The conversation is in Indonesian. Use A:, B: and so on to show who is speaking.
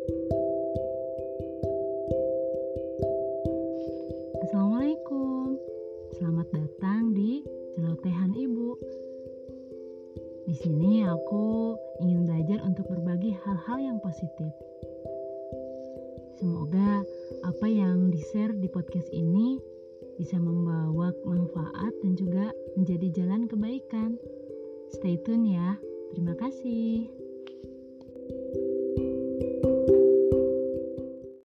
A: Assalamualaikum, selamat datang di Celotehan Ibu. Di sini aku ingin belajar untuk berbagi hal-hal yang positif. Semoga apa yang di-share di podcast ini bisa membawa manfaat dan juga menjadi jalan kebaikan. Stay tune ya. Terima kasih.